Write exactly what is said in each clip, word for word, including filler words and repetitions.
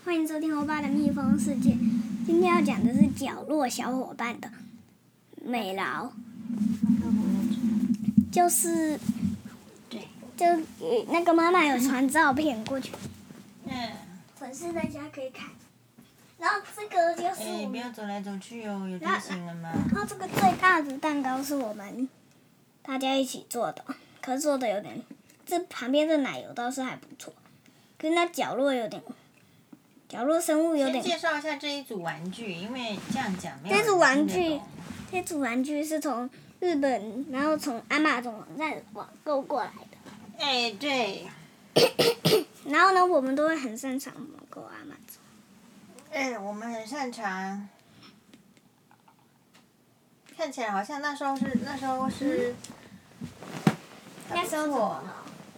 欢迎收听欧巴的蜜蜂世界。今天要讲的是角落小伙伴的美劳，就是对，就那个妈妈有传照片过去， 嗯， 粉丝在家可以看。然后这个就是哎、 我们， 不要走来走去哦，有地形了吗？ 然后这个最大的蛋糕是我们大家一起做的，可是做的有点，这旁边的奶油倒是还不错，可是那角落有点。角落生物有点。 先介绍一下这一组玩具，因为这样讲没有人这组玩听得具懂， 这组玩具是从日本，然后从阿玛总网站网购过来的。 哎、对， 然后呢，我们都会很擅长网购阿玛总。 哎、我们很擅长。看起来好像那时候是那时候是，还不那时候怎么错了？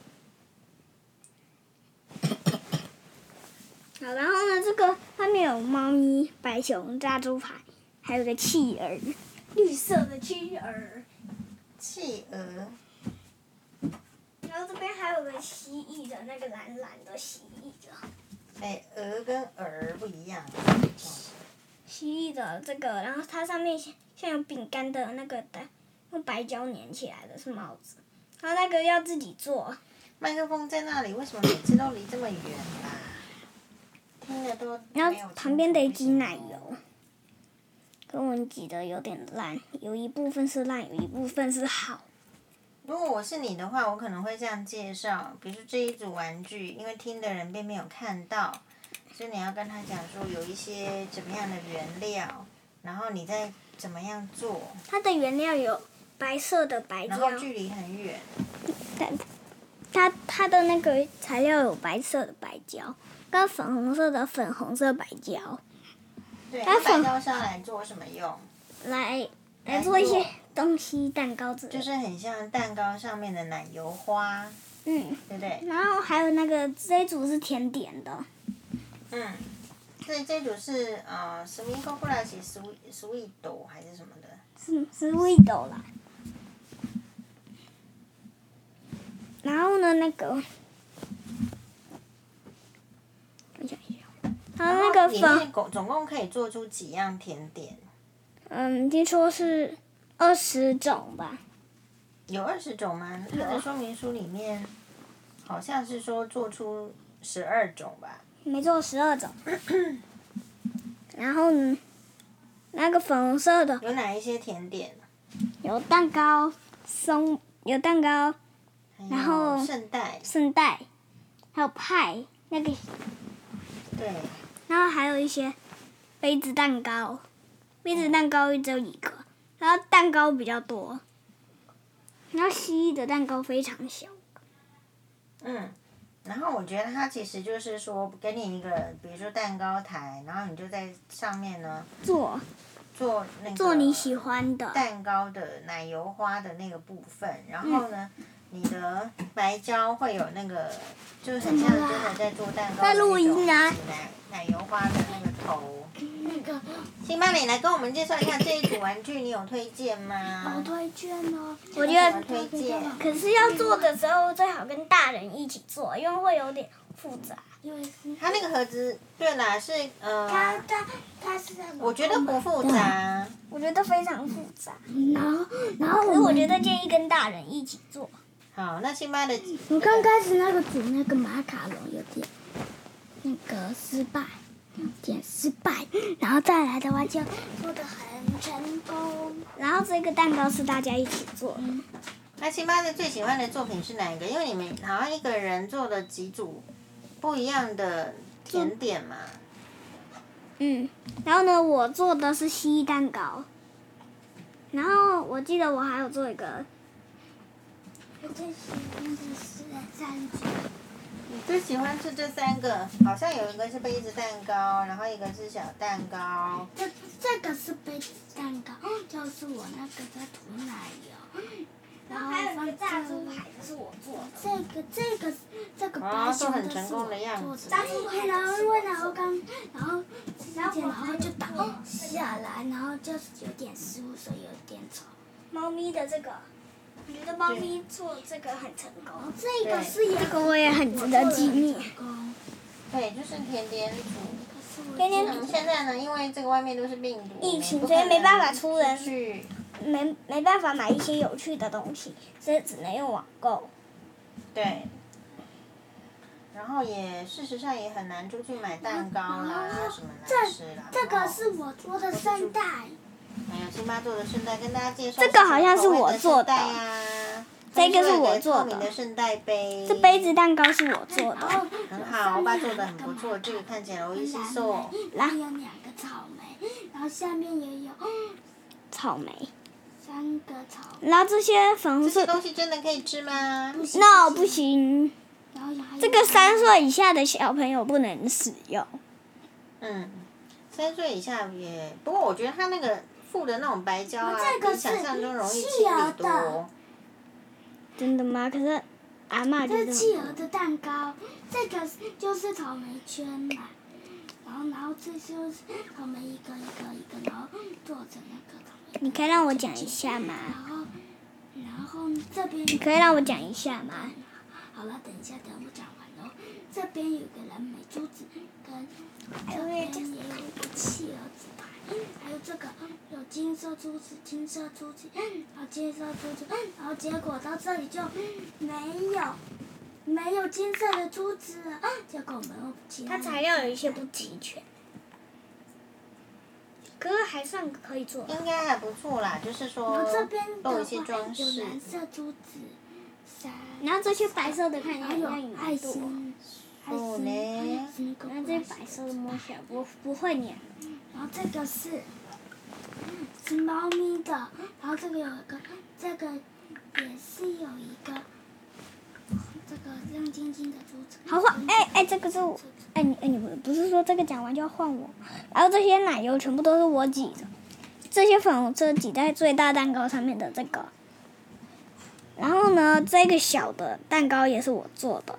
好，然后呢，这个上面有猫咪、白熊、炸猪排，还有个企鹅，绿色的企鹅。 企鹅， 然后这边还有个蜥蜴的那个蓝蓝的蜥蜴的。 哎、鹅跟儿不一样。 蜥蜴的这个，然后它上面像像有饼干的那个的，用白胶粘起来的是帽子，然后那个要自己做。 麦克风在那里，为什么每次都离这么远啦、听得都没有然清楚后旁边得挤奶为什么油，跟我们挤的有点烂，有一部分是烂，有一部分是好。 如果我是你的话，我可能会这样介绍，比如说这一组玩具，因为听的人并没有看到，所以你要跟他讲说有一些怎么样的原料，然后你再怎么样做， 它的原料有白色的白胶， 然后距离很远。 但它它的那个材料有白色的白胶，跟粉红色的粉红色白胶， 对， 它粉那白胶是要来做什么用？ 来来做一些东西，蛋糕之类的。 就是很像蛋糕上面的奶油花， 嗯， 对不对？ 然后还有那个这一组是甜点的。 嗯，所以这组是呃，史密科布拉奇 sweet sweet 豆还是什么的？ 是是味豆啦。然后呢，那个，我想一下，还有那个里粉， 面总总共可以做出几样甜点？ 嗯，听说是二十种吧。 有二十种吗？它的说明书里面好像是说做出十二种吧。 没错，十二种。然后呢，那个粉红色的有哪一些甜点？ 有蛋糕，松有蛋糕，然后圣代。 圣代，还有派那个， 对。 然后还有一些杯子蛋糕，杯子蛋糕只有一个，然后蛋糕比较多，然后蜥蜴的蛋糕非常小。 嗯。然后我觉得它其实就是说，给你一个，比如说蛋糕台，然后你就在上面呢做做那个做你喜欢的蛋糕的奶油花的那个部分，然后呢，嗯、你的白胶会有那个，就很像真的在做蛋糕的那种奶奶油花的那个头。 那个， 辛巴，你来跟我们介绍一下这一组玩具，你有推荐吗？ 好推荐哦！ 我我觉得推荐。 可是要做的时候最好跟大人一起做，因为会有点复杂。因为是它那个盒子，对啦，是呃。 它它它是。 我觉得不复杂。 我觉得非常复杂。然后然后，可是我觉得建议跟大人一起做。 好，那辛巴的。 我刚开始那个煮那个马卡龙有点那个失败。有点失败，然后再来的话就做的很成功。然后这个蛋糕是大家一起做。 嗯、那辛巴的最喜欢的作品是哪一个？因为你们好像一个人做了几组不一样的甜点嘛。 嗯，然后呢，我做的是蜥蜴蛋糕。然后我记得我还有做一个。我最喜欢的是三组。 你最喜欢吃这三个，好像有一个是杯子蛋糕，然后一个是小蛋糕。 这这个是杯子蛋糕，就是我那个在涂奶油，然后还有一个炸猪排的是我做的。这个这个这个白熊的是我做的。炸猪排，然后因为然后刚然后然后然后就倒下来，然后就是有点失误，所以有点丑。猫咪的这个。我觉得猫咪做这个很成功，这个是一个我也很值得纪念。 对，就是甜点组。 是我天天嗯，现在呢，因为这个外面都是病毒， 疫情不所以没办法可能出人去。 没没办法买一些有趣的东西，所以只能用网购。 对。然后也事实上也很难出去买蛋糕啦什么来吃啦。 这个是我做的圣代。 还有辛巴做的圣代，跟大家介绍。 这个好像是我做的呀。 这个是我做的。 透明的圣代杯。 这杯子蛋糕是我做的。 很好，我爸做的很不错，这个看起来容易吸收。 然后有两个草莓，然后下面也有草莓。 三个草莓。 然后这些粉红色。 这些东西真的可以吃吗 ？No， 不行。这个三岁以下的小朋友不能使用。 嗯，三岁以下也，不过我觉得它那个附的那种白胶啊，比想象中容易清理多。 真的吗？可是阿嬷觉得。 这是企鹅的蛋糕，这个就是草莓圈嘛，然后然后这就是草莓一个一个一个，然后做成那个草莓。 你可以让我讲一下吗？ 然后，然后这边。 你可以让我讲一下吗？ 好了，等一下，等我讲完喽。这边有个蓝莓珠子，跟这边也有一个企鹅纸牌，还有这个有金色珠子，金色珠子，然后金色珠子，然后结果到这里就没有，没有金色的珠子了，结果没有其他。 它材料有一些不齐全，可是还算可以做。 应该还不错啦，就是说都有一些装饰。 有蓝色珠子。 然后这些白色的看起来有像爱心，爱心， 然后这些白色的摸起来不不会黏。 然后这个是是猫咪的，然后这个有一个，这个也是有一个，这个亮晶晶的珠子。 好换，哎哎，这个是我，哎你哎你不不是说这个讲完就要换我？然后这些奶油全部都是我挤的，这些粉红色挤在最大蛋糕上面的这个。然后呢，这个小的蛋糕也是我做的。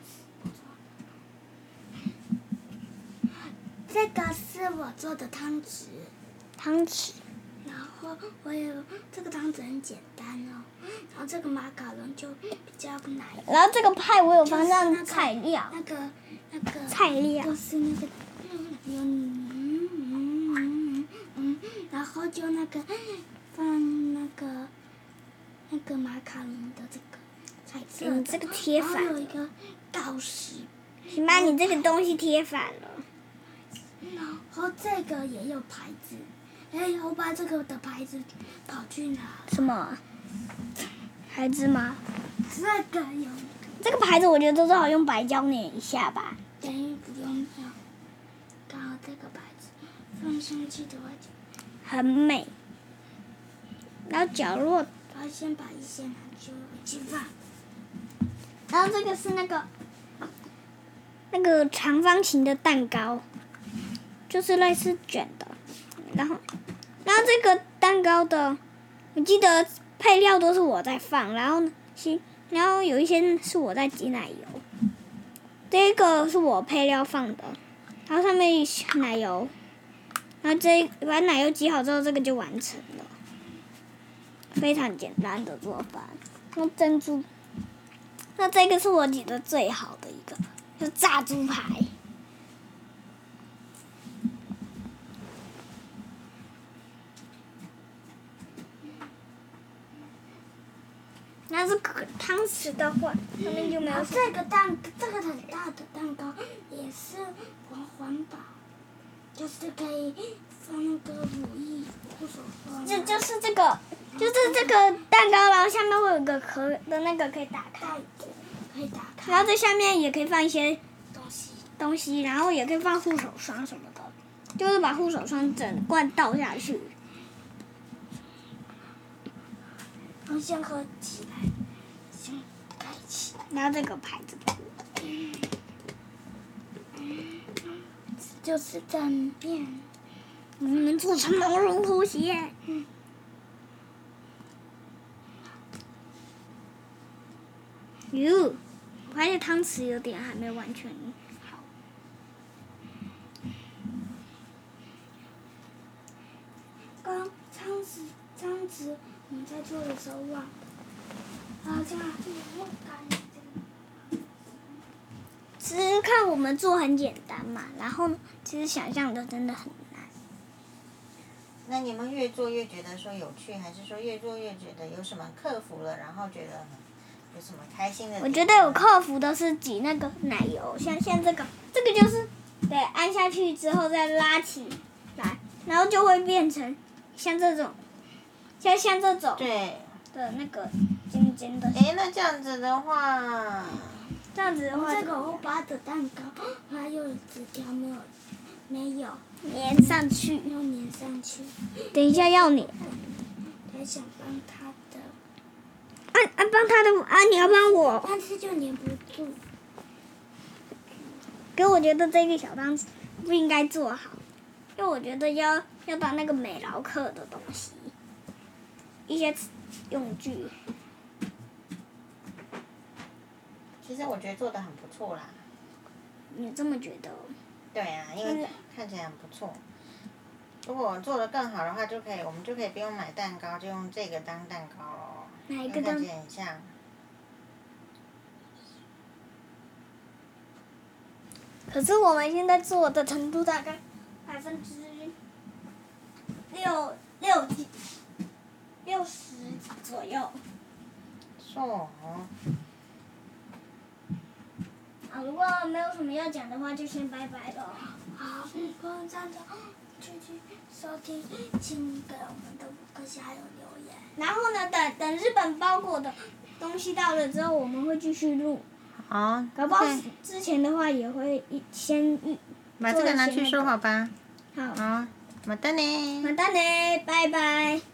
这个是我做的汤匙。 汤匙。 然后我有这个汤匙很简单哦，然后这个马卡龙就比较难。 然后这个派我有放上材料。 那个那个。 材料。 就是那个，有嗯嗯嗯嗯，然后就那个放那个。那个马卡龙的这个彩色的， 你这个贴反了。 然后有一个倒石。 行吧，你这个东西贴反了。 然后这个也有牌子，哎，我把这个的牌子跑去哪？ 什么？牌子吗？ 这个有。 这个牌子我觉得最好用白胶粘一下吧。 等于不用要，刚好这个牌子放上去的话就。 很美。然后角落。 然后先把一些拿去去放。 然后这个是那个那个长方形的蛋糕，就是类似卷的。然后，然后这个蛋糕的，我记得配料都是我在放，然后呢，然后有一些是我在挤奶油。这个是我配料放的，然后上面奶油，然后这把奶油挤好之后，这个就完成了。非常简单的做法，用珍珠。那这个是我挤的最好的一个，就是炸猪排。那是可汤匙的话，上面就没有。 这个蛋，这个很大的蛋糕也是环环保，就是可以放那个乳液护手霜。 就就是这个，就是这个蛋糕，然后下面会有个壳的那个可以打开， 可以打开。 然后这下面也可以放一些东西， 东西，然后也可以放护手霜什么的，就是把护手霜整罐倒下去。 然后先合起来，先盖起来。 然后这个牌子。 就是正面。 我们能做成毛绒拖鞋。 嗯。 哟，我发现汤匙有点还没完全好。 刚汤匙，汤匙我们在做的时候忘了，然后这样就又干净。 只是看我们做很简单。 难嘛，然后其实想象的真的很难。 那你们越做越觉得说有趣，还是说越做越觉得有什么克服了，然后觉得有什么开心的？ 我觉得有克服的是挤那个奶油，像像这个，这个就是对按下去之后再拉起来，然后就会变成像这种，像像这种对的那个尖尖的。 哎，那这样子的话， 这样子的话， 这个欧巴的蛋糕还有纸条没有？没有粘上去。 要粘上去。 等一下要粘。 还想帮他的。 啊啊！帮他的啊！你要帮我。 但是就粘不住。 可我觉得这个小汤匙不应该做好，因为我觉得要要当那个美劳课的东西，一些用具。 其实我觉得做的很不错啦。 你这么觉得？ 对啊，因为看起来很不错。如果做的更好的话，就可以，我们就可以不用买蛋糕，就用这个当蛋糕咯。 哪一个当？ 看起来很像。 可是我们现在做的程度大概百分之六六几六十左右。 是哦。 啊，如果没有什么要讲的话，就先拜拜了。 好，观众站着继续收听，请给我们的五颗星还有留言。 然后呢，等等日本包裹的东西到了之后，我们会继续录。 好。 搞不好之前的话也会一先预。 把这个拿去收好吧。 好。 好，またね。 またね，拜拜。